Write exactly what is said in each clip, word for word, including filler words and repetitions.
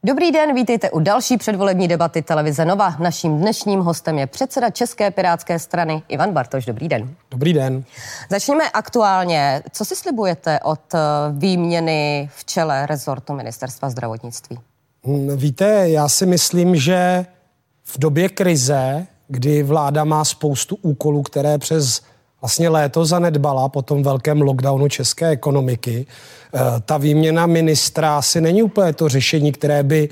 Dobrý den, vítejte u další předvolební debaty televize Nova. Naším dnešním hostem je předseda České pirátské strany Ivan Bartoš. Dobrý den. Dobrý den. Začněme aktuálně. Co si slibujete od výměny v čele rezortu Ministerstva zdravotnictví? Víte, já si myslím, že v době krize, kdy vláda má spoustu úkolů, které přes vlastně léto zanedbala po tom velkém lockdownu české ekonomiky, ta výměna ministra asi není úplně to řešení, které by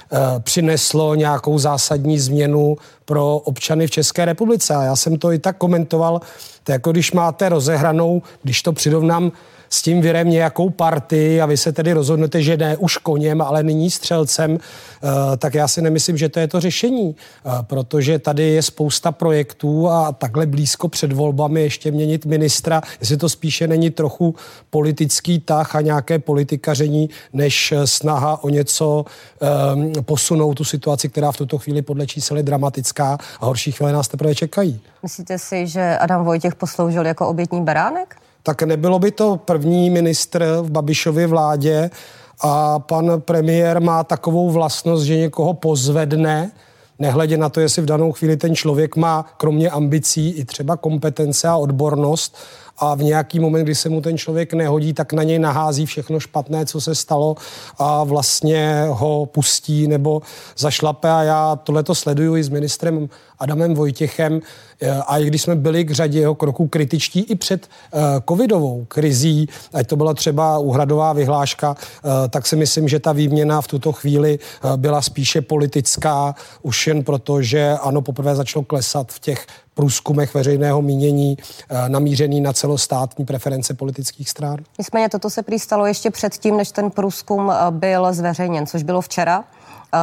přineslo nějakou zásadní změnu pro občany v České republice. A já jsem to i tak komentoval, to jako když máte rozehranou, když to přirovnám s tím virem nějakou partii a vy se tedy rozhodnete, že ne už koněm, ale nyní střelcem, tak já si nemyslím, že to je to řešení, protože tady je spousta projektů a takhle blízko před volbami ještě měnit ministra, jestli to spíše není trochu politický tah a nějaké politikaření, než snaha o něco um, posunout tu situaci, která v tuto chvíli podle čísel je dramatická a horší chvíle nás teprve čekají. Myslíte si, že Adam Vojtěch posloužil jako obětní beránek? Tak nebylo by to první ministr v Babišově vládě a pan premiér má takovou vlastnost, že někoho pozvedne, nehledě na to, jestli v danou chvíli ten člověk má kromě ambicí i třeba kompetence a odbornost a v nějaký moment, kdy se mu ten člověk nehodí, tak na něj nahází všechno špatné, co se stalo a vlastně ho pustí nebo zašlape. A já tohleto sleduju i s ministrem Adamem Vojtěchem a i když jsme byli k řadě jeho kroků kritičtí i před uh, covidovou krizí, ať to byla třeba úhradová vyhláška, uh, tak si myslím, že ta výměna v tuto chvíli uh, byla spíše politická, už jen proto, že ano, poprvé začalo klesat v těch průzkumech veřejného mínění uh, namířený na celostátní preference politických stran. Nicméně toto se prý stalo ještě předtím, než ten průzkum byl zveřejněn, což bylo včera, uh,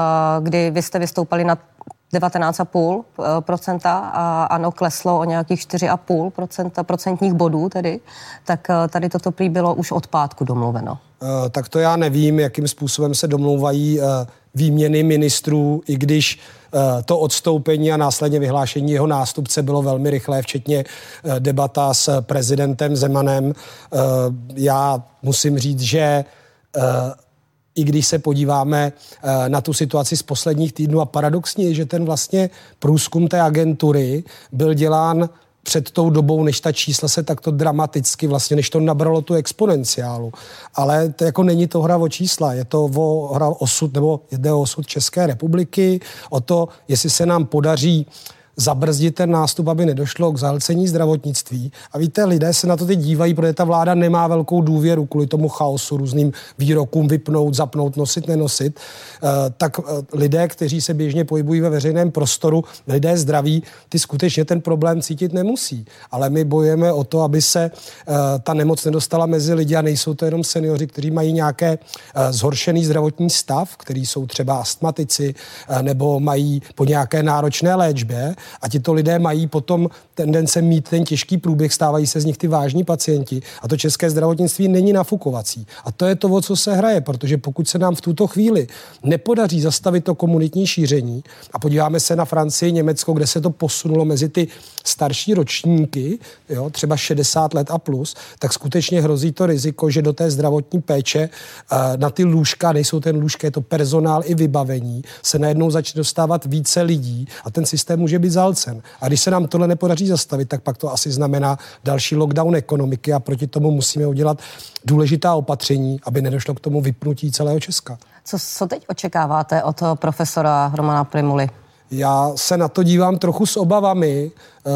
kdy vy jste vystoupali na devatenáct celá pět procenta a ano, kleslo o nějakých čtyři celá pět procenta procentních bodů tedy, tak tady toto prý bylo už od pátku domluveno. Uh, tak to já nevím, jakým způsobem se domlouvají uh, výměny ministrů, i když uh, to odstoupení a následně vyhlášení jeho nástupce bylo velmi rychlé, včetně uh, debata s prezidentem Zemanem. Uh, já musím říct, že uh, i když se podíváme na tu situaci z posledních týdnů a paradoxně je, že ten vlastně průzkum té agentury byl dělán před tou dobou, než ta čísla se takto dramaticky, vlastně než to nabralo tu exponenciálu. Ale to jako není to hra o čísla, je to o hra o osud, nebo jde o osud České republiky, o to, jestli se nám podaří zabrzdit ten nástup, aby nedošlo k zahlcení zdravotnictví. A víte, lidé se na to teď dívají, protože ta vláda nemá velkou důvěru kvůli tomu chaosu, různým výrokům vypnout, zapnout, nosit, nenosit. E, tak e, lidé, kteří se běžně pohybují ve veřejném prostoru, lidé zdraví, ty skutečně ten problém cítit nemusí. Ale my bojujeme o to, aby se e, ta nemoc nedostala mezi lidi a nejsou to jenom seniori, kteří mají nějaké e, zhoršený zdravotní stav, kteří jsou třeba astmatici e, nebo mají po nějaké náročné léčbě. A tito lidé mají potom tendence mít ten těžký průběh, stávají se z nich ty vážní pacienti. A to české zdravotnictví není nafukovací. A to je to, o co se hraje, protože pokud se nám v tuto chvíli nepodaří zastavit to komunitní šíření a podíváme se na Francii, Německo, kde se to posunulo mezi ty starší ročníky, jo, třeba šedesát let a plus, tak skutečně hrozí to riziko, že do té zdravotní péče na ty lůžka, nejsou ten lůžka, je to personál i vybavení, se najednou začne dostávat více lidí a ten systém může být zahlcen. A když se nám tohle nepodaří zastavit, tak pak to asi znamená další lockdown ekonomiky a proti tomu musíme udělat důležitá opatření, aby nedošlo k tomu vypnutí celého Česka. Co, co teď očekáváte od profesora Romana Prymuly? Já se na to dívám trochu s obavami.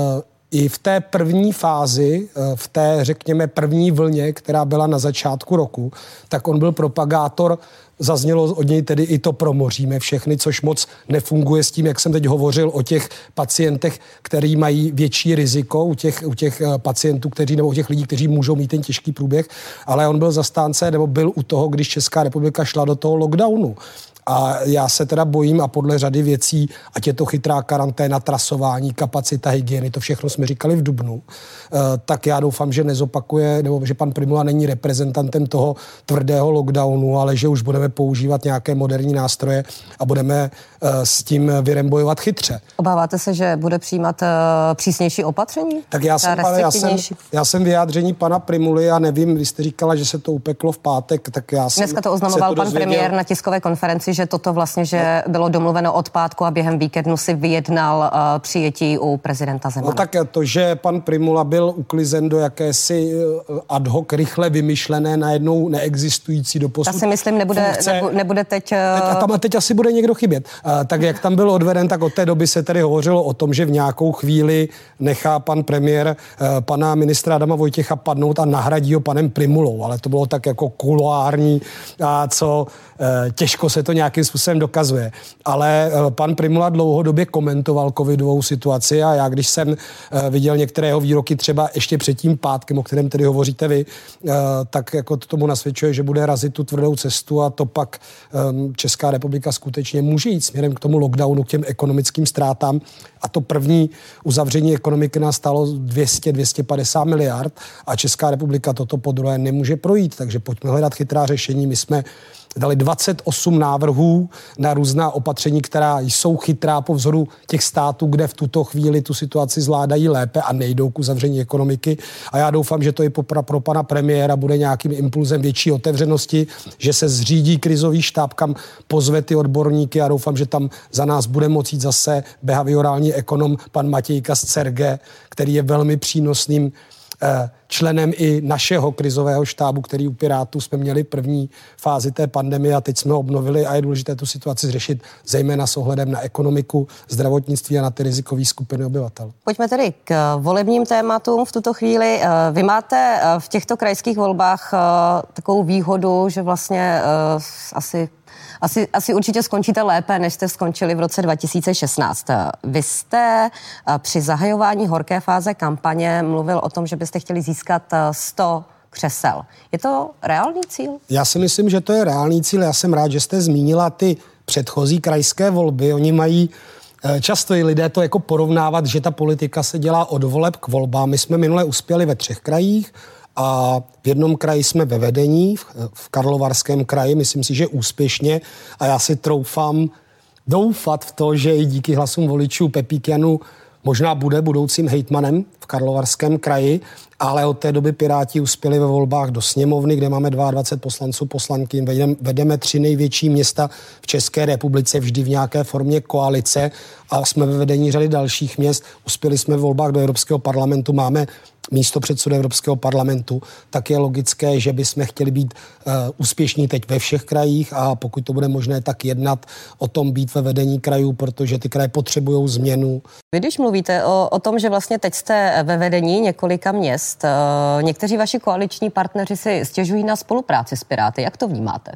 I v té první fázi, v té, řekněme, první vlně, která byla na začátku roku, tak on byl propagátor, zaznělo od něj tedy i to promoříme všechny, což moc nefunguje s tím, jak jsem teď hovořil o těch pacientech, kteří mají větší riziko, u těch, u těch pacientů, kteří, nebo u těch lidí, kteří můžou mít ten těžký průběh, ale on byl zastánce, nebo byl u toho, když Česká republika šla do toho lockdownu. A já se teda bojím a podle řady věcí, ať je to chytrá karanténa, trasování, kapacita hygieny, to všechno jsme říkali v dubnu, tak já doufám, že nezopakuje, nebo že pan Prymula není reprezentantem toho tvrdého lockdownu, ale že už budeme používat nějaké moderní nástroje a budeme s tím virem bojovat chytře. Obáváte se, že bude přijímat přísnější opatření? Tak já jsem, ale já jsem, já jsem vyjádření pana Prymuly a nevím, vy jste říkala, že se to upeklo v pátek, tak já jsem... Dneska to oznamoval pan premiér na tiskové konferenci, si, že toto vlastně, že bylo domluveno od pátku a během víkendu si vyjednal uh, přijetí u prezidenta Zemana? No tak to, že pan Prymula byl uklizen do jakési ad hoc rychle vymyšlené, najednou neexistující doposud. Já si myslím, nebude, nebu, nebude teď... Uh... A tam teď asi bude někdo chybět. Uh, tak jak tam byl odveden, tak od té doby se tedy hovořilo o tom, že v nějakou chvíli nechá pan premiér uh, pana ministra Adama Vojtěcha padnout a nahradí ho panem Prymulou, ale to bylo tak jako kuloární, a co uh, těžko se to nějakým způsobem dokazuje. Ale uh, pan Prymula dlouhodobě komentoval covidovou situaci a já, když jsem uh, viděl některého výroky třeba ještě před tím pátkem, o kterém tedy hovoříte vy, uh, tak jako to tomu nasvědčuje, že bude razit tu tvrdou cestu a to pak um, Česká republika skutečně může jít směrem k tomu lockdownu, k těm ekonomickým ztrátám. A to první uzavření ekonomiky nás stálo dvě stě až dvě stě padesát miliard a Česká republika toto podruhé nemůže projít, takže pojďme hledat chytrá řešení. My jsme dali dvacet osm návrhů na různá opatření, která jsou chytrá po vzoru těch států, kde v tuto chvíli tu situaci zvládají lépe a nejdou k uzavření ekonomiky. A já doufám, že to i pro pana premiéra bude nějakým impulzem větší otevřenosti, že se zřídí krizový štáb, kam pozve ty odborníky a doufám, že tam za nás bude moci jít zase behaviorální ekonom pan Matěj Kascerge, který je velmi přínosným členem i našeho krizového štábu, který u Pirátů jsme měli první fázi té pandemie a teď jsme obnovili a je důležité tu situaci zřešit zejména s ohledem na ekonomiku, zdravotnictví a na ty rizikové skupiny obyvatel. Pojďme tedy k volebním tématům v tuto chvíli. Vy máte v těchto krajských volbách takovou výhodu, že vlastně asi Asi, asi určitě skončíte lépe, než jste skončili v roce dva tisíce šestnáct. Vy jste při zahajování horké fáze kampaně mluvil o tom, že byste chtěli získat sto křesel. Je to reálný cíl? Já si myslím, že to je reálný cíl. Já jsem rád, že jste zmínila ty předchozí krajské volby. Oni mají často i lidé to jako porovnávat, že ta politika se dělá od voleb k volbám. My jsme minule uspěli ve třech krajích, a v jednom kraji jsme ve vedení, v Karlovarském kraji, myslím si, že úspěšně a já si troufám doufat v to, že i díky hlasům voličů Pepík Janu možná bude budoucím hejtmanem v Karlovarském kraji, ale od té doby Piráti uspěli ve volbách do sněmovny, kde máme dvacet dva poslanců, poslankyň, vedeme tři největší města v České republice, vždy v nějaké formě koalice a jsme ve vedení řady dalších měst. Uspěli jsme v volbách do Evropského parlamentu, máme místo předsedu Evropského parlamentu, tak je logické, že bychom chtěli být uh, úspěšní teď ve všech krajích a pokud to bude možné, tak jednat o tom být ve vedení krajů, protože ty kraje potřebují změnu. Vy když mluvíte o, o tom, že vlastně teď jste ve vedení několika měst, uh, někteří vaši koaliční partneři si stěžují na spolupráci s Piráty. Jak to vnímáte?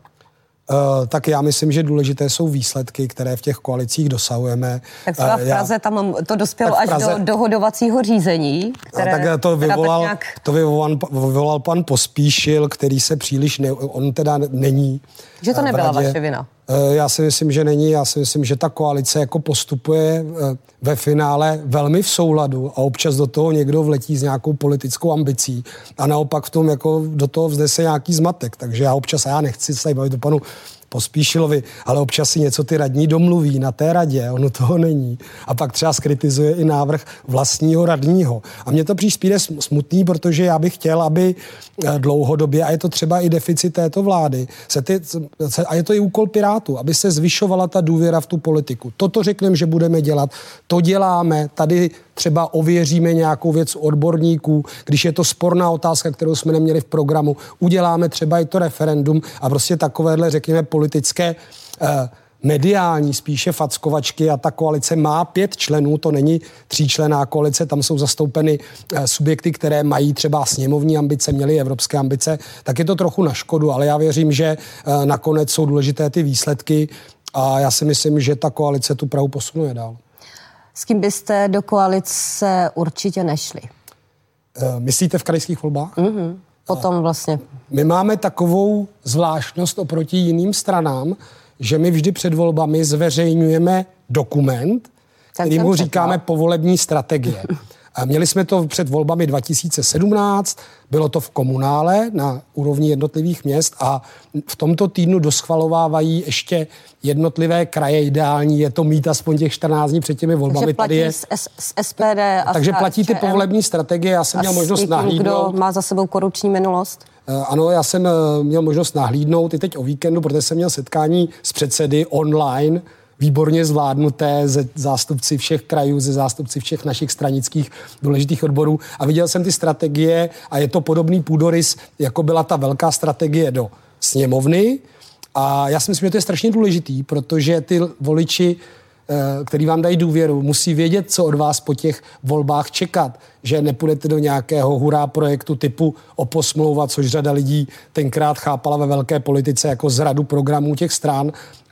Uh, tak já myslím, že důležité jsou výsledky, které v těch koalicích dosahujeme. Tak třeba v Praze já, tam to dospělo až Praze, do dohodovacího řízení, které... Tak to vyvolal, tak nějak... to vyvolal, vyvolal pan Pospíšil, který se příliš... Ne, on teda není... Že to nebyla vaše vina? Já si myslím, že není. Já si myslím, že ta koalice jako postupuje ve finále velmi v souladu a občas do toho někdo vletí s nějakou politickou ambicí a naopak v tom jako do toho vznese nějaký zmatek. Takže já občas, a já nechci se bavit o panu Pospíšilovi, ale občas si něco ty radní domluví na té radě, ono toho není. A pak třeba skritizuje i návrh vlastního radního. A mně to přijde smutný, protože já bych chtěl, aby dlouhodobě, a je to třeba i deficit této vlády, se ty, a je to i úkol Pirátů, aby se zvyšovala ta důvěra v tu politiku. Toto řekneme, že budeme dělat, to děláme, tady třeba ověříme nějakou věc odborníků, když je to sporná otázka, kterou jsme neměli v programu, uděláme třeba i to referendum a prostě takovéhle, řekněme, politické eh, mediální spíše fackovačky a ta koalice má pět členů, to není tříčlenná koalice, tam jsou zastoupeny eh, subjekty, které mají třeba sněmovní ambice, měly evropské ambice, tak je to trochu na škodu, ale já věřím, že eh, nakonec jsou důležité ty výsledky a já si myslím, že ta koalice tu Prahu posunuje dál. S kým byste do koalice určitě nešli? Myslíte v krajských volbách? Mm-hmm. Potom vlastně. My máme takovou zvláštnost oproti jiným stranám, že my vždy před volbami zveřejňujeme dokument, který mu říkáme povolební strategie. Měli jsme to před volbami dva tisíce sedmnáct, bylo to v komunále na úrovni jednotlivých měst a v tomto týdnu doschvalovávají ještě jednotlivé kraje. Ideální je to mít aspoň těch čtrnáct dní před těmi volbami. Takže platí Tady je, z, z S P D a takže platí ty povolební strategie. Já jsem měl možnost nahlídnout. Kdo má za sebou korupční minulost? Ano, já jsem měl možnost nahlídnout i teď o víkendu, protože jsem měl setkání s předsedy online, výborně zvládnuté ze zástupci všech krajů, ze zástupci všech našich stranických důležitých odborů a viděl jsem ty strategie a je to podobný půdorys, jako byla ta velká strategie do sněmovny a já si myslím, že to je strašně důležitý, protože ty voliči, který vám dají důvěru, musí vědět, co od vás po těch volbách čekat, že nepůjdete do nějakého hurá projektu typu oposmlouva, což řada lidí tenkrát chápala ve velké politice jako zradu programů těch stran.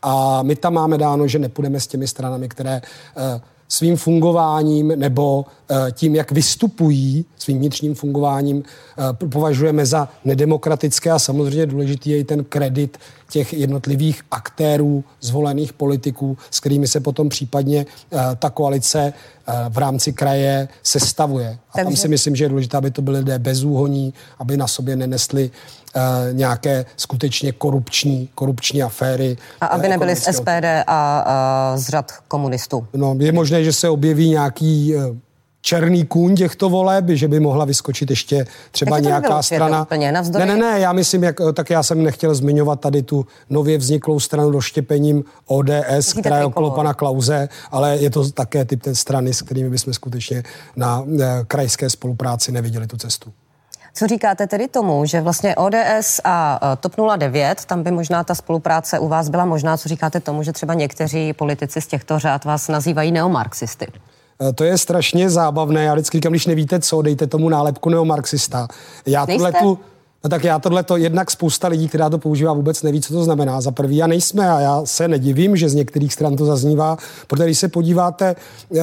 A my tam máme dáno, že nepůjdeme s těmi stranami, které eh, svým fungováním nebo eh, tím, jak vystupují svým vnitřním fungováním, eh, považujeme za nedemokratické a samozřejmě důležitý je i ten kredit těch jednotlivých aktérů, zvolených politiků, s kterými se potom případně eh, ta koalice eh, v rámci kraje sestavuje. A Takže... tam si myslím, že je důležité, aby to byly lidé bezúhonní, aby na sobě nenesli Uh, nějaké skutečně korupční, korupční aféry. A aby nebyly z S P D a, a z řad komunistů. No, je možné, že se objeví nějaký uh, černý kůň těchto voleb, že by mohla vyskočit ještě třeba nějaká strana. Úplně, navzdory... Ne, ne, ne, já myslím, jak, tak já jsem nechtěl zmiňovat tady tu nově vzniklou stranu rozštěpením O D S, Myslíte která je okolo pana Klause, ale je to také typ té strany, s kterými bychom skutečně na uh, krajské spolupráci neviděli tu cestu. Co říkáte tedy tomu, že vlastně O D S a TOP nula devět, tam by možná ta spolupráce u vás byla možná, co říkáte tomu, že třeba někteří politici z těchto řád vás nazývají neomarxisty? To je strašně zábavné. Já vždycky říkám, když nevíte co, dejte tomu nálepku neomarxista. Já tuhletu, no tak já tohleto, jednak spousta lidí, která to používá, vůbec neví, co to znamená. Za prvý a nejsme a já se nedivím, že z některých stran to zaznívá, protože když se podíváte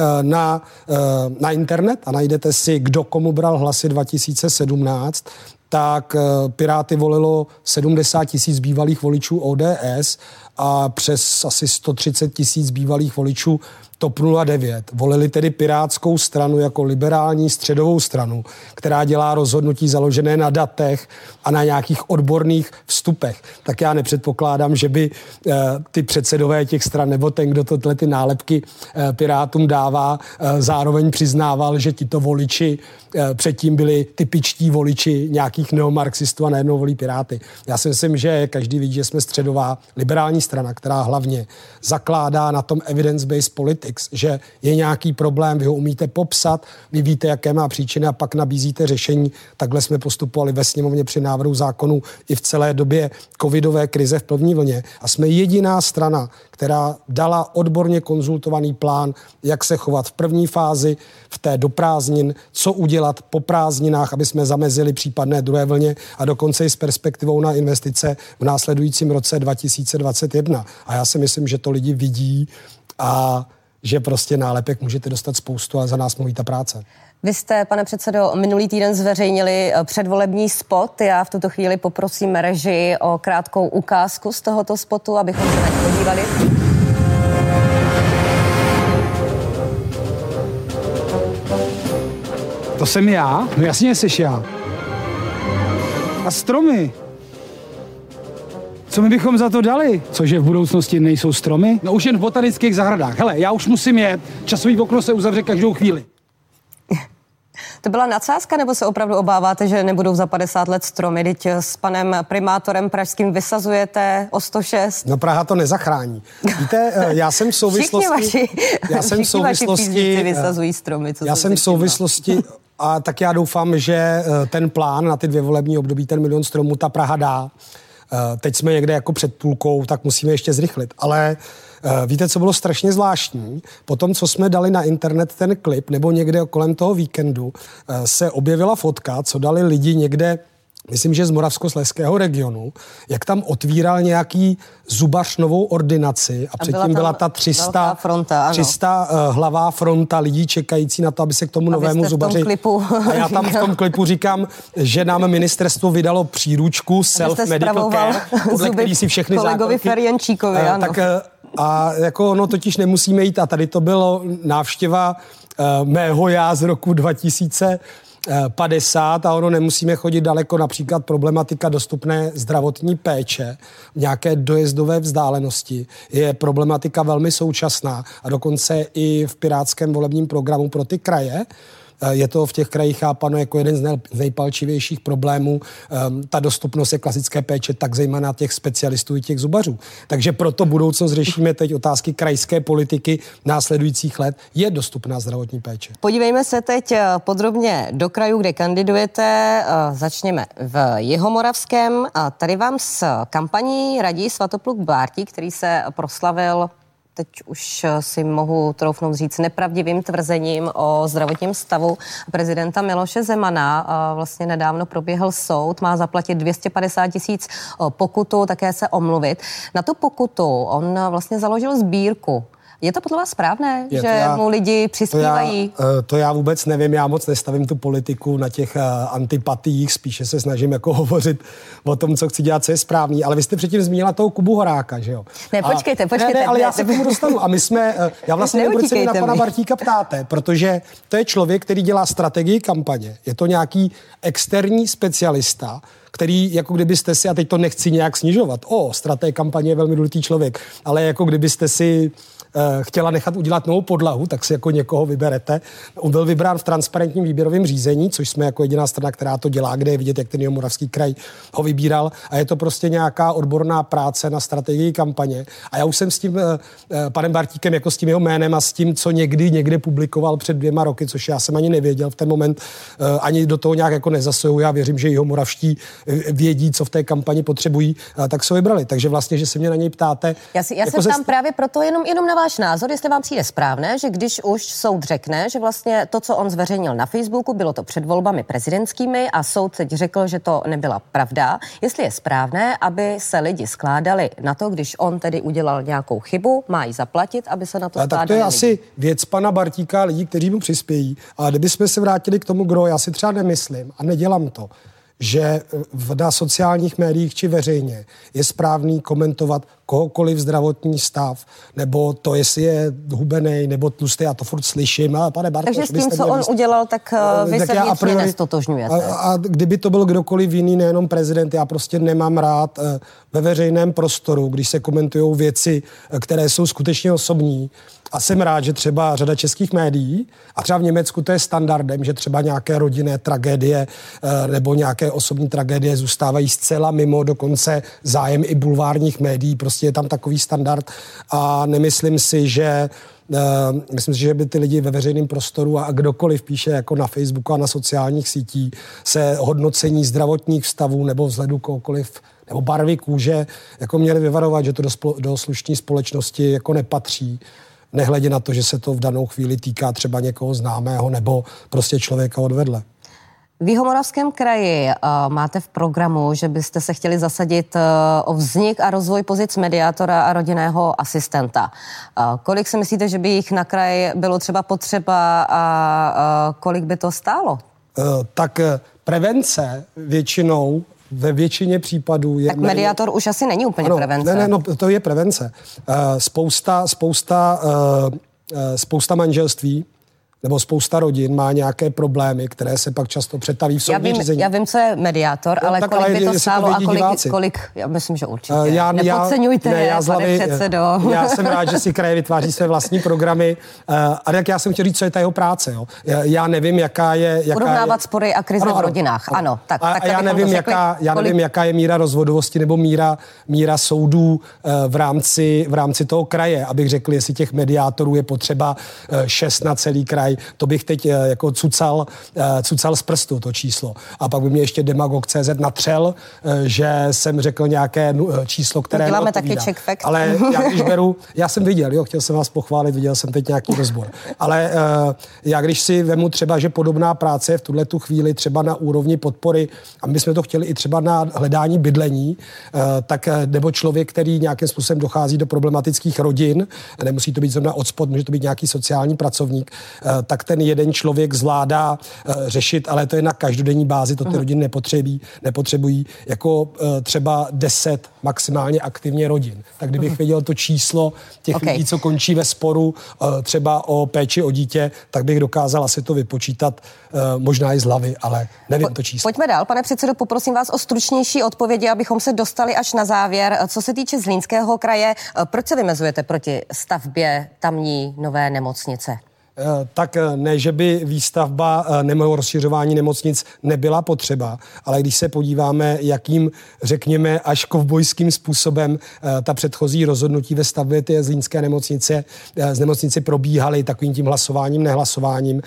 na, na internet a najdete si, kdo komu bral hlasy dva tisíce sedmnáct, tak Piráty volilo sedmdesát tisíc bývalých voličů O D S a přes asi sto třicet tisíc bývalých voličů TOP nula devět. Volili tedy Pirátskou stranu jako liberální středovou stranu, která dělá rozhodnutí založené na datech a na nějakých odborných vstupech. Tak já nepředpokládám, že by e, ty předsedové těch stran nebo ten, kdo tohle ty nálepky e, Pirátům dává, e, zároveň přiznával, že tito voliči e, předtím byli typičtí voliči nějakých neomarxistů a najednou volí Piráty. Já si myslím, že každý vidí, že jsme středová liberální strana, která hlavně zakládá na tom evidence-based politics, že je nějaký problém, vy ho umíte popsat, vy víte, jaké má příčiny a pak nabízíte řešení. Takhle jsme postupovali ve sněmovně při návrhu zákonů i v celé době covidové krize v první vlně. A jsme jediná strana, která dala odborně konzultovaný plán, jak se chovat v první fázi, v té do prázdnin, co udělat po prázdninách, aby jsme zamezili případné druhé vlně a dokonce i s perspektivou na investice v následujícím roce dva tisíce dvacet jedna. A já si myslím, že to lidi vidí a že prostě nálepek můžete dostat spoustu a za nás mluví ta práce. Vy jste, pane předsedo, minulý týden zveřejnili předvolební spot. Já v tuto chvíli poprosím režii o krátkou ukázku z tohoto spotu, abychom se na ně podívali. To jsem já? No jasně jsi já. A stromy. Co my bychom za to dali? Cože v budoucnosti nejsou stromy? No už jen v botanických zahradách. Hele, já už musím jet. Časový okno se uzavře každou chvíli. To byla nadsázka, nebo se opravdu obáváte, že nebudou za padesát let stromy? Teď s panem primátorem pražským vysazujete o sto šest. No Praha to nezachrání. Víte, já jsem v souvislosti... Všichni vaši, já jsem v souvislosti vysazují stromy. Co já jsem v souvislosti... A tak já doufám, že ten plán na ty dvě volební období, ten milion stromů, ta Praha dá. Teď jsme někde jako před půlkou, tak musíme ještě zrychlit. Ale víte, co bylo strašně zvláštní? Po tom, co jsme dali na internet ten klip, nebo někde kolem toho víkendu, se objevila fotka, co dali lidi někde, myslím, že z Moravskoslezského regionu, jak tam otvíral nějaký zubař novou ordinaci a, a předtím byla, byla ta tři sta, fronta, tři sta uh, hlavá fronta lidí čekající na to, aby se k tomu a novému zubaři... A já tam v tom klipu říkám, že nám ministerstvo vydalo příručku self-medical care, podle který si všechny kolegovi Ferjenčíkovi, uh, ano. Tak, uh, a jako no totiž nemusíme jít, a tady to bylo návštěva uh, mého já z roku dva tisíce padesát a ono nemusíme chodit daleko, například problematika dostupné zdravotní péče v nějaké dojezdové vzdálenosti je problematika velmi současná a dokonce i v pirátském volebním programu pro ty kraje Je to v těch krajích chápano jako jeden z nejpalčivějších problémů. Ta dostupnost je klasické péče, tak zejména těch specialistů i těch zubařů. Takže proto budoucnost řešíme teď otázky krajské politiky následujících let. Je dostupná zdravotní péče. Podívejme se teď podrobně do krajů, kde kandidujete. Začněme v Jihomoravském. Tady vám s kampaní radí Svatopluk Bártík, který se proslavil, teď už si mohu troufnout říct, nepravdivým tvrzením o zdravotním stavu prezidenta Miloše Zemana. Vlastně nedávno proběhl soud, má zaplatit dvě stě padesát tisíc pokutu, také se omluvit. Na tu pokutu on vlastně založil sbírku. Je to podle vás správné, je, že já, mu lidi přispívají? To já, to já vůbec nevím, já moc nestavím tu politiku na těch antipatiích, spíše se snažím jako hovořit o tom, co chci dělat, co je správný, ale vy jste předtím zmínila toho Kubu Horáka, že jo? Ne, počkejte, počkejte. Ne, ne, ale já se k tomu dostanu a my jsme, já vlastně nevím, proč se na pana Bártíka ptáte, protože to je člověk, který dělá strategii kampaně, je to nějaký externí specialista, který, jako kdybyste si, a teď to nechci nějak snižovat, o, stratég kampaně je velmi důležitý člověk, ale jako kdybyste si chtěla nechat udělat novou podlahu, tak si jako někoho vyberete. On byl vybrán v transparentním výběrovém řízení, což jsme jako jediná strana, která to dělá, kde je vidět, jak ten Jihomoravský kraj ho vybíral. A je to prostě nějaká odborná práce na strategii kampaně. A já už jsem s tím eh, panem Bártíkem, jako s tím jeho jménem a s tím, co někdy někde publikoval před dvěma roky, což já jsem ani nevěděl v ten moment, eh, ani do toho nějak jako nezasuju. Já věřím, že jihomoravští vědí, co v té kampani potřebují, eh, tak se vybrali. Takže vlastně, že se mě na něj ptáte. Já, si, já jako jsem tam právě proto jenom, jenom na váš názor, jestli vám přijde správné, že když už soud řekne, že vlastně to, co on zveřejnil na Facebooku, bylo to před volbami prezidentskými a soud teď řekl, že to nebyla pravda, jestli je správné, aby se lidi skládali na to, když on tedy udělal nějakou chybu, má ji zaplatit, aby se na to skládali. Tak to je lidi. asi věc pana Bártíka a lidí, kteří mu přispějí. A kdybychom se vrátili k tomu, kdo, já si třeba nemyslím a nedělám to, že na sociálních médiích či veřejně je správný komentovat kohokoliv zdravotní stav, nebo to, jestli je hubenej, nebo tlustý, já to furt slyším. A pane Bartoš, takže s tím, co on míst... udělal, tak vy tak se vnitřně priori... nestotožňujete. A, a kdyby to byl kdokoliv jiný, nejenom prezident, já prostě nemám rád ve veřejném prostoru, když se komentují věci, které jsou skutečně osobní. A jsem rád, že třeba řada českých médií, a třeba v Německu to je standardem, že třeba nějaké rodinné tragédie nebo nějaké osobní tragédie zůstávají zcela mimo, dokonce zájem i bulvárních médií, prostě je tam takový standard a nemyslím si, že Uh, myslím si, že by ty lidi ve veřejném prostoru a kdokoliv píše jako na Facebooku a na sociálních sítích se hodnocení zdravotních stavů nebo vzhledu kohokoliv nebo barvy kůže jako měli vyvarovat, že to do, spolo- do slušné společnosti jako nepatří. Nehledě na to, že se to v danou chvíli týká třeba někoho známého nebo prostě člověka odvedle. V Jihomoravském kraji uh, máte v programu, že byste se chtěli zasadit uh, o vznik a rozvoj pozic mediátora a rodinného asistenta. Uh, kolik si myslíte, že by jich na kraji bylo třeba potřeba a uh, kolik by to stálo? Uh, tak prevence většinou ve většině případů je... Tak mediátor méně... už asi není úplně ano, prevence. Ne, ne, no, to je prevence. Uh, spousta, spousta, uh, spousta manželství nebo spousta rodin má nějaké problémy, které se pak často přetaví v soudní řízení. Já vím, co je mediátor, no, ale tak, kolik ale by to stálo to a kolik, kolik, já myslím, že určitě. Uh, já, Nepodceňujte, já, ne, já pane předsedo. Já jsem rád, že si kraje vytváří své vlastní programy, uh, ale jak já jsem chtěl říct, co je ta jeho práce. Jo? Já, já nevím, jaká je... Jaká Urovnávat je... spory a krize ano, v rodinách, ano. ano tak, a, tak a já, nevím, řekli, jaká, já kolik... nevím, jaká je míra rozvodovosti nebo míra, míra soudů uh, v, rámci, v rámci toho kraje, abych řekl, jestli těch mediátorů je potřeba uh, šest na celý kraj. To bych teď jako cucal, cucal z prstu to číslo. A pak by mě ještě demagog tečka cé zet natřel, že jsem řekl nějaké číslo, které děláme taky check fact. Ale já když beru, já jsem viděl, jo, chtěl jsem vás pochválit, viděl jsem teď nějaký rozbor. Ale uh, já když si vemu třeba, že podobná práce je v tuhle tu chvíli třeba na úrovni podpory, a my jsme to chtěli i třeba na hledání bydlení, uh, tak nebo člověk, který nějakým způsobem dochází do problematických rodin, nemusí to být zrovna odspod, může to být nějaký sociální pracovník, uh, tak ten jeden člověk zvládá uh, řešit, ale to je na každodenní bázi, to ty uh-huh. rodiny nepotřebují, nepotřebují jako uh, třeba deset maximálně aktivně rodin. Tak kdybych uh-huh. věděl to číslo těch okay. lidí, co končí ve sporu uh, třeba o péči o dítě, tak bych dokázal asi to vypočítat uh, možná i z hlavy, ale nevím po, to číslo. Pojďme dál, pane předsedo, poprosím vás o stručnější odpovědi, abychom se dostali až na závěr. Co se týče Zlínského kraje, proč se vymezujete proti stavbě tamní nové nemocnice? Tak ne, že by výstavba nebo rozšiřování nemocnic nebyla potřeba, ale když se podíváme, jakým, řekněme, až kovbojským způsobem ta předchozí rozhodnutí ve stavbě té zlínské nemocnice z nemocnici probíhaly takovým tím hlasováním, nehlasováním.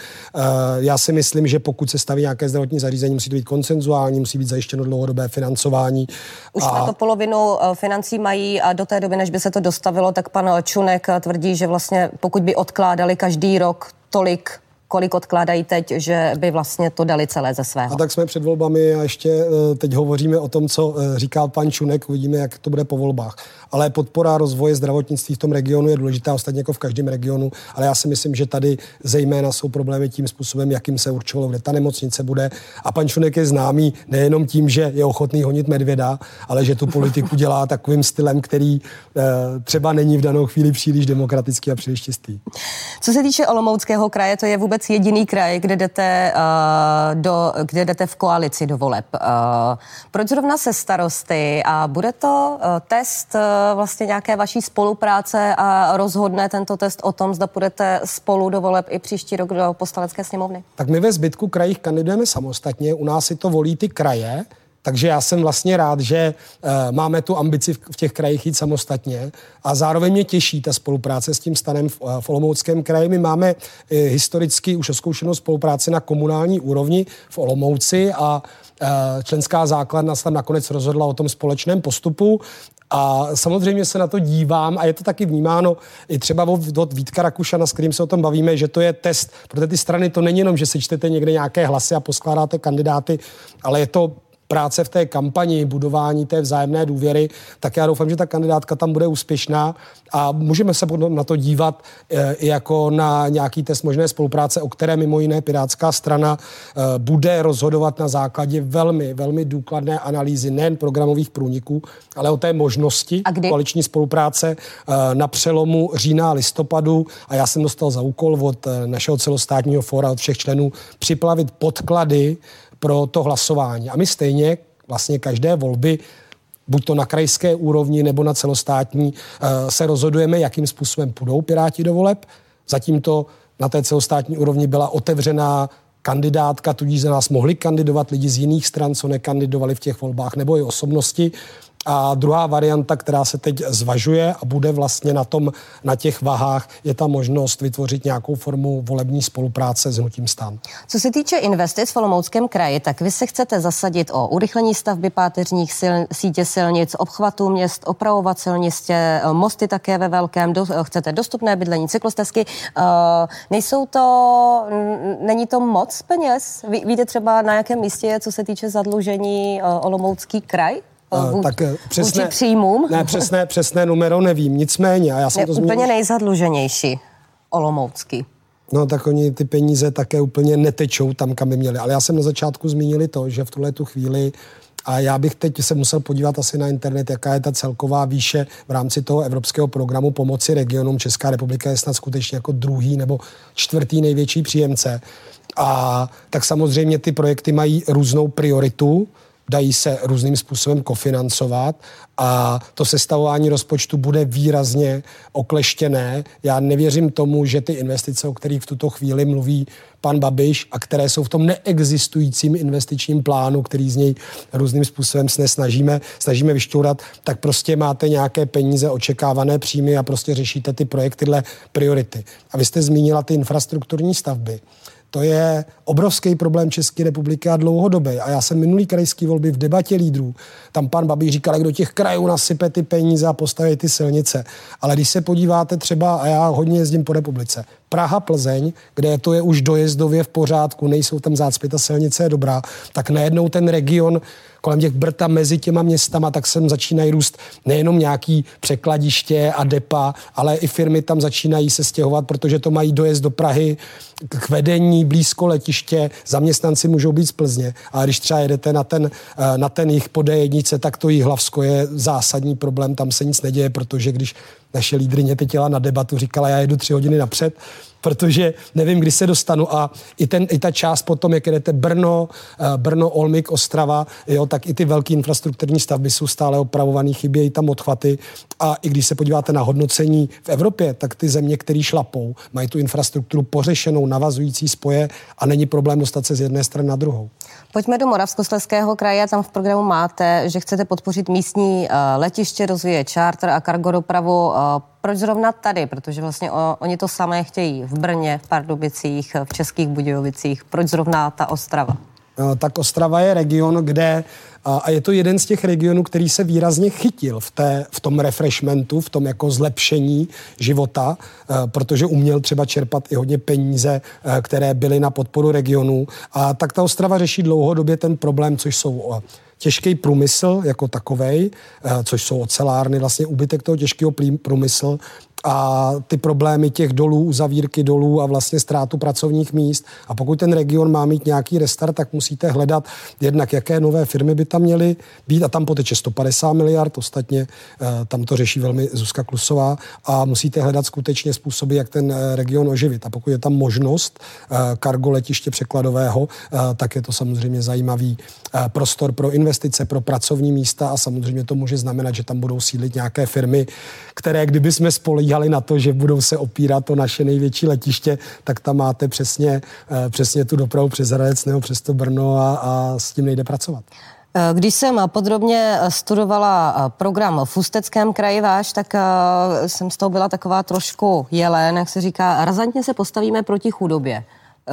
Já si myslím, že pokud se staví nějaké zdravotní zařízení, musí to být konsenzuální, musí být zajištěno dlouhodobé financování. Už a... na to polovinu financí mají a do té doby, než by se to dostavilo, tak pan Čunek tvrdí, že vlastně pokud by odkládali každý rok tolik, kolik odkládají teď, že by vlastně to dali celé ze svého. A tak jsme před volbami a ještě teď hovoříme o tom, co říkal pan Čunek, uvidíme, jak to bude po volbách. Ale podpora rozvoje zdravotnictví v tom regionu je důležitá, ostatně jako v každém regionu, ale já si myslím, že tady zejména jsou problémy tím způsobem, jakým se určovalo, kde ta nemocnice bude. A pan Čunek je známý nejenom tím, že je ochotný honit medvěda, ale že tu politiku dělá takovým stylem, který eh, třeba není v danou chvíli příliš demokratický a příliš čistý. Co se týče Olomouckého kraje, to je vůbec jediný kraj, kde jdete, uh, do, kde jdete v koalici do voleb. Uh, proč zrovna se starosty a bude to uh, test uh, vlastně nějaké vaší spolupráce a rozhodne tento test o tom, zda půjdete spolu do voleb i příští rok do Poslanecké sněmovny? Tak my ve zbytku krajích kandidujeme samostatně, u nás si to volí ty kraje, takže já jsem vlastně rád, že uh, máme tu ambici v, v těch krajích jít samostatně a zároveň mě těší ta spolupráce s tím stanem v, uh, v Olomouckém kraji. My máme uh, historicky už oskoušenou spolupráci na komunální úrovni v Olomouci a uh, členská základna se tam nakonec rozhodla o tom společném postupu. A samozřejmě se na to dívám a je to taky vnímáno i třeba od Vítka Rakušana, s kterým se o tom bavíme, že to je test. Protože ty strany to není jenom, že sečtete někde nějaké hlasy a poskládáte kandidáty, ale je to práce v té kampani, budování té vzájemné důvěry, tak já doufám, že ta kandidátka tam bude úspěšná a můžeme se na to dívat i jako na nějaký test možné spolupráce, o které mimo jiné Pirátská strana bude rozhodovat na základě velmi, velmi důkladné analýzy nejen programových průniků, ale o té možnosti koaliční spolupráce na přelomu října a listopadu. A já jsem dostal za úkol od našeho celostátního fóra, od všech členů, připlavit podklady pro to hlasování. A my stejně vlastně každé volby, buď to na krajské úrovni nebo na celostátní, se rozhodujeme, jakým způsobem půjdou Piráti do voleb. Zatím to na té celostátní úrovni byla otevřená kandidátka, tudíž za nás mohli kandidovat lidi z jiných stran, co nekandidovali v těch volbách, nebo i osobnosti. A druhá varianta, která se teď zvažuje a bude vlastně na tom, na těch vahách, je ta možnost vytvořit nějakou formu volební spolupráce s hnutím STAN. Co se týče investic v Olomouckém kraji, tak vy se chcete zasadit o urychlení stavby páteřních sil, sítě silnic, obchvatů měst, opravovat silnice, mosty také ve velkém, do, chcete dostupné bydlení, cyklostezky. Uh, nejsou to, není to moc peněz? Ví, víte třeba, na jakém místě je, co se týče zadlužení uh, Olomoucký kraj? Uh, tak přesné, příjmům? Ne, přesné, přesné numero nevím, nicméně. A já jsem je to úplně zmínil, nejzadluženější Olomoucký. No tak oni ty peníze také úplně netečou tam, kam by měli. Ale já jsem na začátku zmínili to, že v tuhle tu chvíli, a já bych teď se musel podívat asi na internet, jaká je ta celková výše v rámci toho evropského programu pomoci regionům. Česká republika je snad skutečně jako druhý nebo čtvrtý největší příjemce. A tak samozřejmě ty projekty mají různou prioritu, dají se různým způsobem kofinancovat a to sestavování rozpočtu bude výrazně okleštěné. Já nevěřím tomu, že ty investice, o kterých v tuto chvíli mluví pan Babiš a které jsou v tom neexistujícím investičním plánu, který z něj různým způsobem se snažíme, snažíme vyšťourat, tak prostě máte nějaké peníze, očekávané příjmy a prostě řešíte ty projekty dle priority. A vy jste zmínila ty infrastrukturní stavby. To je obrovský problém České republiky a dlouhodobý. A já jsem minulý krajský volby v debatě lídrů. Tam pan Babiš říkal, jak do těch krajů nasype ty peníze a postaví ty silnice. Ale když se podíváte třeba, a já hodně jezdím po republice, Praha, Plzeň, kde to je už dojezdově v pořádku, nejsou tam zácpy, ta silnice je dobrá, tak najednou ten region kolem těch Brta mezi těma městama, tak sem začínají růst nejenom nějaký překladiště a depa, ale i firmy tam začínají se stěhovat, protože to mají dojezd do Prahy k vedení, blízko letiště, zaměstnanci můžou být z Plzně. A když třeba jedete na ten, na ten jich po dé jedna, tak to Jihlavsko je zásadní problém, tam se nic neděje, protože když naše lídryně teď jela na debatu, říkala, já jedu tři hodiny napřed, protože nevím, kdy se dostanu a i, ten, i ta část potom, jak jdete Brno, Brno, Olmyk, Ostrava, jo, tak i ty velké infrastrukturní stavby jsou stále opravované, chybějí tam odchvaty a i když se podíváte na hodnocení v Evropě, tak ty země, které šlapou, mají tu infrastrukturu pořešenou, navazující spoje a není problém dostat se z jedné strany na druhou. Pojďme do Moravskoslezského kraje, tam v programu máte, že chcete podpořit místní uh, letiště, rozvíjet charter a cargo dopravu. Uh, proč zrovna tady? Protože vlastně o, oni to samé chtějí v Brně, v Pardubicích, v Českých Budějovicích. Proč zrovna ta Ostrava? Uh, tak Ostrava je region, kde a je to jeden z těch regionů, který se výrazně chytil v, té, v tom refreshmentu, v tom jako zlepšení života, protože uměl třeba čerpat i hodně peníze, které byly na podporu regionů. A tak ta Ostrava řeší dlouhodobě ten problém, což jsou těžký průmysl jako takovej, což jsou ocelárny, vlastně úbytek toho těžkého průmyslu, a ty problémy těch dolů, uzavírky dolů a vlastně ztrátu pracovních míst. A pokud ten region má mít nějaký restart, tak musíte hledat jednak, jaké nové firmy by tam měly být. A tam poteče sto padesát miliard, ostatně tam to řeší velmi Zuzka Klusová. A musíte hledat skutečně způsoby, jak ten region oživit. A pokud je tam možnost kargo letiště překladového, tak je to samozřejmě zajímavý prostor pro investice, pro pracovní místa a samozřejmě to může znamenat, že tam budou sídlit nějaké firmy, které kdyby jsme spolíhali na to, že budou se opírat o naše největší letiště, tak tam máte přesně, přesně tu dopravu přes Hradec nebo přes to Brno a, a s tím nejde pracovat. Když jsem podrobně studovala program v Ústeckém kraji váš, tak jsem z toho byla taková trošku jelen, jak se říká, razantně se postavíme proti chudobě.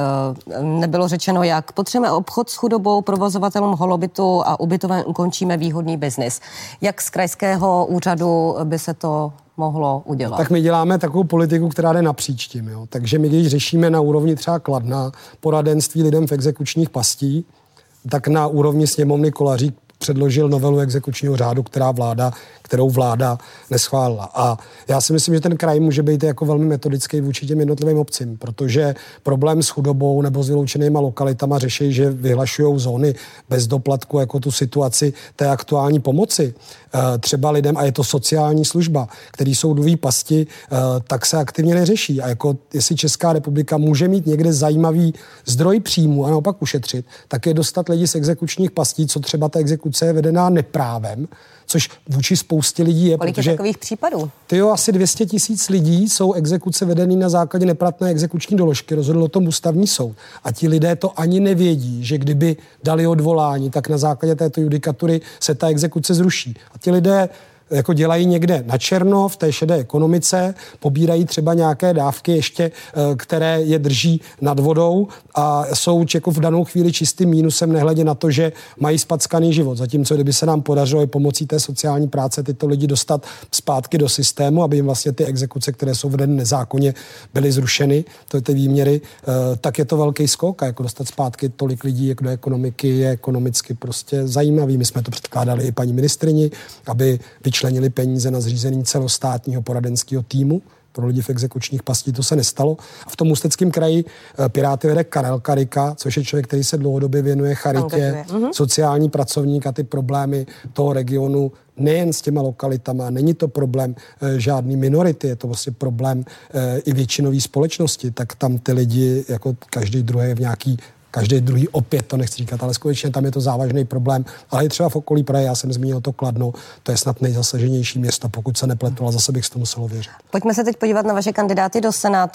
Nebylo řečeno, jak potřebujeme obchod s chudobou, provozovatelům holobytu a ubytoven ukončíme výhodný biznis. Jak z krajského úřadu by se to mohlo udělat? Tak my děláme takovou politiku, která jde napříč tím. Jo. Takže my, když řešíme na úrovni třeba Kladna poradenství lidem v exekučních pastí, tak na úrovni sněmovny Kolařík předložil novelu exekučního řádu, která vláda, kterou vláda neschválila. A já si myslím, že ten kraj může být jako velmi metodický vůči těm jednotlivým obcím, protože problém s chudobou nebo s vyloučenýma lokalitama řeší, že vyhlašují zóny bez doplatku, jako tu situaci té aktuální pomoci. Třeba lidem, a je to sociální služba, který jsou dluhý pasti, tak se aktivně neřeší. A jako jestli Česká republika může mít někde zajímavý zdroj příjmu a naopak ušetřit, tak je dostat lidi z exekučních pastí, co třeba ta exekuce je vedená neprávem, což vůči spoustě lidí je. Kolik je takových případů? Tyjo, asi dvě stě tisíc lidí jsou exekuce vedený na základě neplatné exekuční doložky. Rozhodl o tom ústavní soud. A ti lidé to ani nevědí, že kdyby dali odvolání, tak na základě této judikatury se ta exekuce zruší. A ti lidé jako dělají někde na černo v té šedé ekonomice, pobírají třeba nějaké dávky ještě, které je drží nad vodou a jsou jako v danou chvíli čistým mínusem, nehledě na to, že mají spackaný život. Zatímco kdyby se nám podařilo i pomocí té sociální práce tyto lidi dostat zpátky do systému, aby jim vlastně ty exekuce, které jsou vedeny nezákonně, byly zrušeny, to je ty výměry, tak je to velký skok a jako dostat zpátky tolik lidí jako do ekonomiky je ekonomicky prostě zajímavý. My jsme to předkládali i paní ministrini, aby vyčlenili peníze na zřízení celostátního poradenského týmu pro lidi v exekučních pastí, to se nestalo. A v tom Ústeckém kraji Piráty vede Karel Karika, což je člověk, který se dlouhodobě věnuje charitě, sociální pracovník a ty problémy toho regionu nejen s těma lokalitama, není to problém e, žádný minority, je to vlastně problém e, i většinové společnosti, tak tam ty lidi, jako každý druhý je v nějaký Každý druhý opět, to nechci říkat, ale skutečně tam je to závažný problém. Ale i třeba v okolí Prahy, já jsem zmínil to Kladno, to je snad nejzasaženější město, pokud se nepletu, ale zase bych to muselo věřit. Pojďme se teď podívat na vaše kandidáty do Senátu.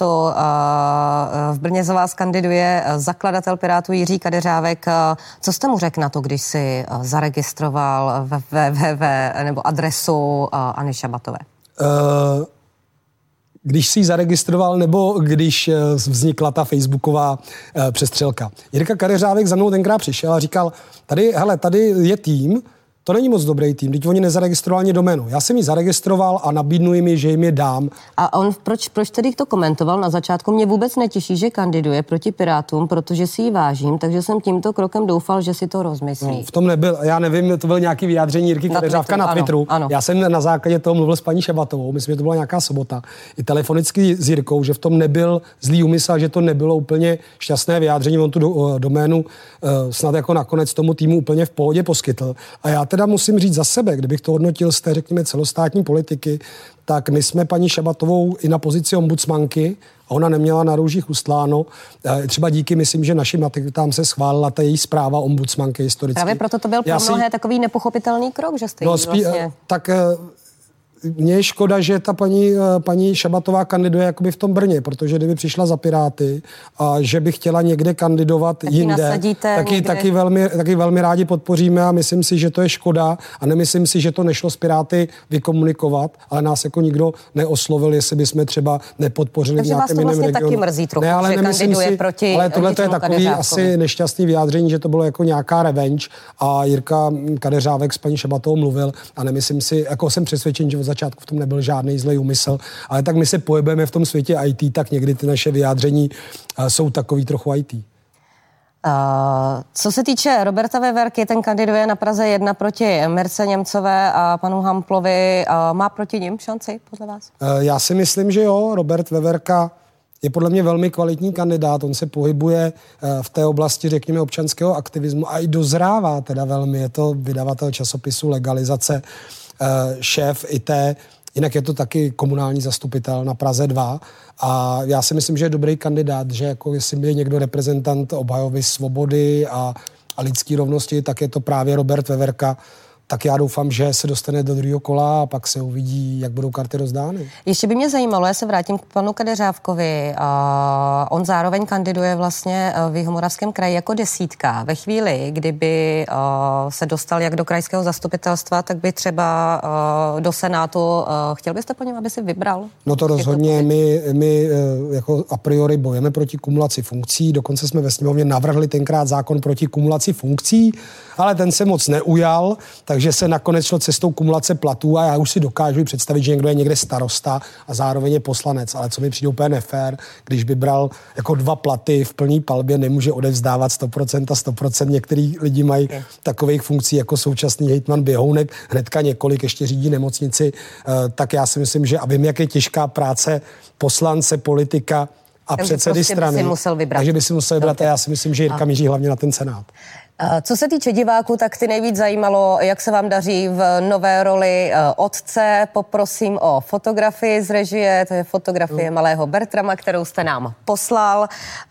V Brně za vás kandiduje zakladatel Pirátů Jiří Kadeřávek. Co jste mu řekl na to, když si zaregistroval www nebo adresu Anny Šabatové? Uh... Když si ji zaregistroval, nebo když vznikla ta facebooková přestřelka. Jirka Kadeřávek za mnou tenkrát přišel a říkal, tady, hele, tady je tým, to není moc dobrý tým, teď oni nezaregistrovali ani doménu. Já jsem ji zaregistroval a nabídnu jim ji, že jim je dám. A on proč, proč tedy to komentoval na začátku? Mě vůbec netěší, že kandiduje proti Pirátům, protože si ji vážím, takže jsem tímto krokem doufal, že si to rozmyslí. No, v tom nebyl, já nevím, to byl nějaký vyjádření Jirky Kadeřávka na Twitteru. Ano, ano. Já jsem na základě toho mluvil s paní Šabatovou, myslím, že to byla nějaká sobota, i telefonicky s Jirkou, že v tom nebyl zlý úmysl, že to nebylo úplně šťastné vyjádření, on tu do, doménu uh, snad jako nakonec tomu týmu úplně v pohodě poskytl. A já ten teda musím říct za sebe, kdybych to hodnotil z té, řekněme, celostátní politiky, tak my jsme paní Šabatovou i na pozici ombudsmanky a ona neměla na růžích ustláno. Třeba díky, myslím, že našim aktivitám se schválila ta její zpráva ombudsmanky historicky. Právě proto to byl pro mnohé si... takový nepochopitelný krok, že jste no, jí spí... vlastně... Tak mně je škoda, že ta paní, paní Šabatová kandiduje jakoby v tom Brně, protože kdyby přišla za Piráty a že by chtěla někde kandidovat tak jinde, tak ji taky velmi, taky velmi rádi podpoříme a myslím si, že to je škoda a nemyslím si, že to nešlo s Piráty vykomunikovat, ale nás jako nikdo neoslovil, jestli bychom třeba nepodpořili takže v nějakém jiném vlastně regionu. Taky mrzí trochu, ne, ale že kandiduje si, proti ale tohle to je takový asi nešťastný vyjádření, že to bylo jako nějaká revenge a Jirka Kadeřávek s paní Šabatovou mluvil a nemyslím si, jako jsem přesvědčen, že od začátku v tom nebyl žádný zlej úmysl, ale tak my se pohybujeme v tom světě í té, tak někdy ty naše vyjádření uh, jsou takový trochu í té. Uh, co se týče Roberta Veverky, ten kandiduje na Praze jedna proti Mirce Němcové a panu Hamplovi. Uh, má proti nim šanci, podle vás? Uh, já si myslím, že jo. Robert Veverka je podle mě velmi kvalitní kandidát. On se pohybuje uh, v té oblasti, řekněme, občanského aktivismu a i dozrává teda velmi. Je to vydavatel časopisu Legalizace, uh, šéf i té. Jinak je to taky komunální zastupitel na Praze dva a já si myslím, že je dobrý kandidát, že jako jestli je někdo reprezentant obhajoby svobody a, a lidské rovnosti, tak je to právě Robert Veverka. Tak já doufám, že se dostane do druhého kola a pak se uvidí, jak budou karty rozdány. Ještě by mě zajímalo, já se vrátím k panu Kadeřávkovi. Uh, on zároveň kandiduje vlastně v Jihomoravském kraji jako desítka. Ve chvíli, kdyby uh, se dostal jak do krajského zastupitelstva, tak by třeba uh, do Senátu. Uh, chtěl byste po něm, aby si vybral? No to rozhodně. My, my uh, jako a priori bojujeme proti kumulaci funkcí. Dokonce jsme ve sněmovně navrhli tenkrát zákon proti kumulaci funkcí, ale ten se moc neujal, tak takže se nakonec šlo cestou kumulace platů a já už si dokážu představit, že někdo je někde starosta a zároveň je poslanec, ale co mi přijde úplně nefér, když by bral jako dva platy v plný palbě, nemůže odevzdávat sto procent a sto procent. Některý lidi mají takových funkcí jako současný hejtman Běhounek, hnedka několik ještě řídí nemocnici, tak já si myslím, že a vím, jak je těžká práce poslance, politika a takže předsedy prostě strany. By si vybrat. Takže by si musel vybrat a já si myslím, že Jirka míří hlavně na ten Senát. Co se týče diváků, tak ty nejvíc zajímalo, jak se vám daří v nové roli otce. Poprosím o fotografii z režie, to je fotografie no. malého Bertrama, kterou jste nám poslal.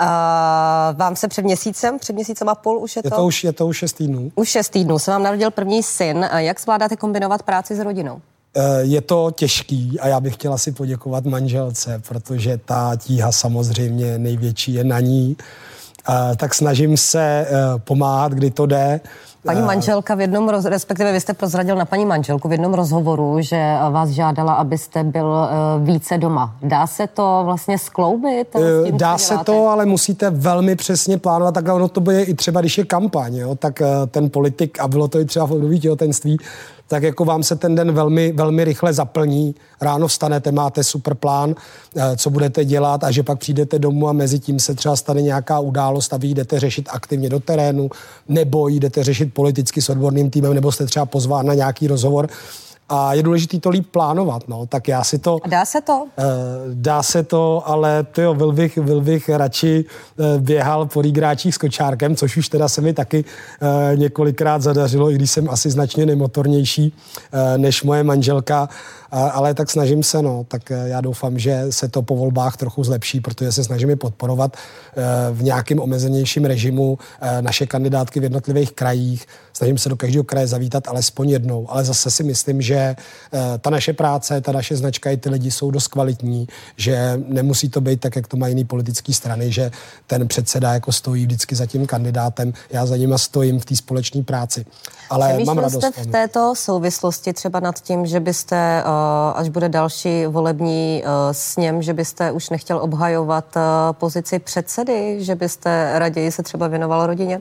Vám se před měsícem, před měsícem a půl už je to? Je to už, je to už šest týdnů. Už šest týdnů se vám narodil první syn. Jak zvládáte kombinovat práci s rodinou? Je to těžký a já bych chtěla si poděkovat manželce, protože ta tíha samozřejmě největší je na ní. Uh, tak snažím se uh, pomáhat, kdy to jde. Paní manželka v jednom, roz, respektive vy jste prozradil na paní manželku v jednom rozhovoru, že vás žádala, abyste byl uh, více doma. Dá se to vlastně skloubit? Uh, tím, dá se to, ale musíte velmi přesně plánovat. Takhle ono to bude i třeba, když je kampaň, jo? Tak uh, ten politik, a bylo to i třeba v období těhotenství, tak jako vám se ten den velmi, velmi rychle zaplní. Ráno vstanete, máte super plán, co budete dělat a že pak přijdete domů a mezi tím se třeba stane nějaká událost a vy jdete řešit aktivně do terénu, nebo jdete řešit politicky s odborným týmem, nebo jste třeba pozván na nějaký rozhovor. A je důležité to líp plánovat, no. Tak já si to... A dá se to? Uh, dá se to, ale tyjo, byl bych, byl bych radši uh, běhal po rýgráčích s kočárkem, což už teda se mi taky uh, několikrát zadařilo, i když jsem asi značně nemotornější uh, než moje manželka, uh, ale tak snažím se, no. Tak uh, já doufám, že se to po volbách trochu zlepší, protože se snažíme podporovat uh, v nějakém omezenějším režimu uh, naše kandidátky v jednotlivých krajích. Snažím se do každého kraje zavítat alespoň jednou, ale zase si myslím, že že ta naše práce, ta naše značka i ty lidi jsou dost kvalitní, že nemusí to být tak, jak to mají jiný politické strany, že ten předseda jako stojí vždycky za tím kandidátem, já za nima stojím v té společné práci. Ale Přemýšlel mám radost. Jste v této souvislosti třeba nad tím, že byste, až bude další volební sněm, že byste už nechtěl obhajovat pozici předsedy, že byste raději se třeba věnoval rodině?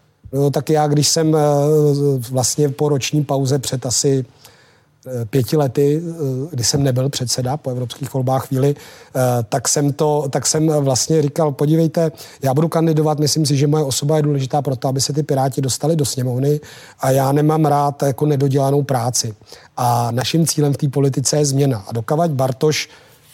No tak já, když jsem vlastně po roční pauze před asi pěti lety, kdy jsem nebyl předseda po evropských volbách chvíli, tak jsem to, tak jsem vlastně říkal, podívejte, já budu kandidovat, myslím si, že moje osoba je důležitá pro to, aby se ty Piráti dostali do sněmovny a já nemám rád jako nedodělanou práci. A naším cílem v té politice je změna. A dokavať Bartoš,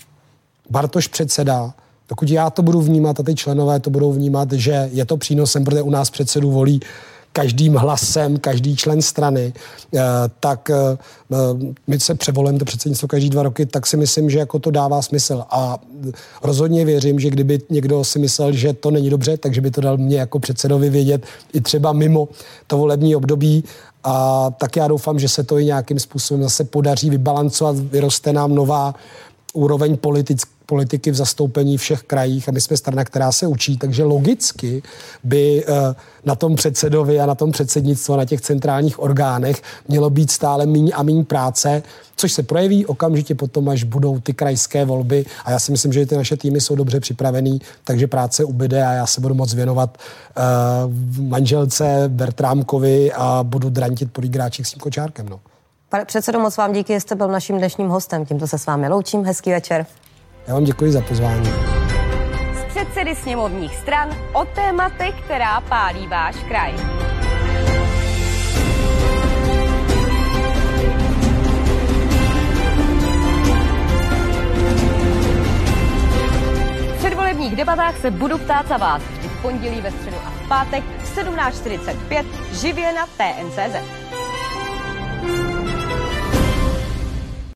Bartoš předseda, dokud já to budu vnímat a ty členové to budou vnímat, že je to přínosem, protože u nás předsedu volí každým hlasem, každý člen strany, tak my se převolujeme to předsednictvo každý dva roky, tak si myslím, že jako to dává smysl. A rozhodně věřím, že kdyby někdo si myslel, že to není dobře, takže by to dal mě jako předsedovi vědět i třeba mimo to volební období. A tak já doufám, že se to i nějakým způsobem zase podaří vybalancovat, vyroste nám nová úroveň politic, politiky v zastoupení všech krajích a my jsme strana, která se učí, takže logicky by na tom předsedovi a na tom předsednictvu a na těch centrálních orgánech mělo být stále míň a míň práce, což se projeví okamžitě potom, až budou ty krajské volby a já si myslím, že ty naše týmy jsou dobře připravený, takže práce ubyde a já se budu moc věnovat uh, manželce Bertrámkovi a budu drantit po Lígráčích s tím kočárkem. No. Pane předsedo, moc vám díky, jste byl naším dnešním hostem. Tímto se s vámi loučím. Hezký večer. Já vám děkuji za pozvání. Z předsedy sněmovních stran o tématech, která pálí váš kraj. V předvolebních debatách se budu ptát za vás vždy v pondělí, ve středu a v pátek v sedmnáct čtyřicet pět živě na T N C Z.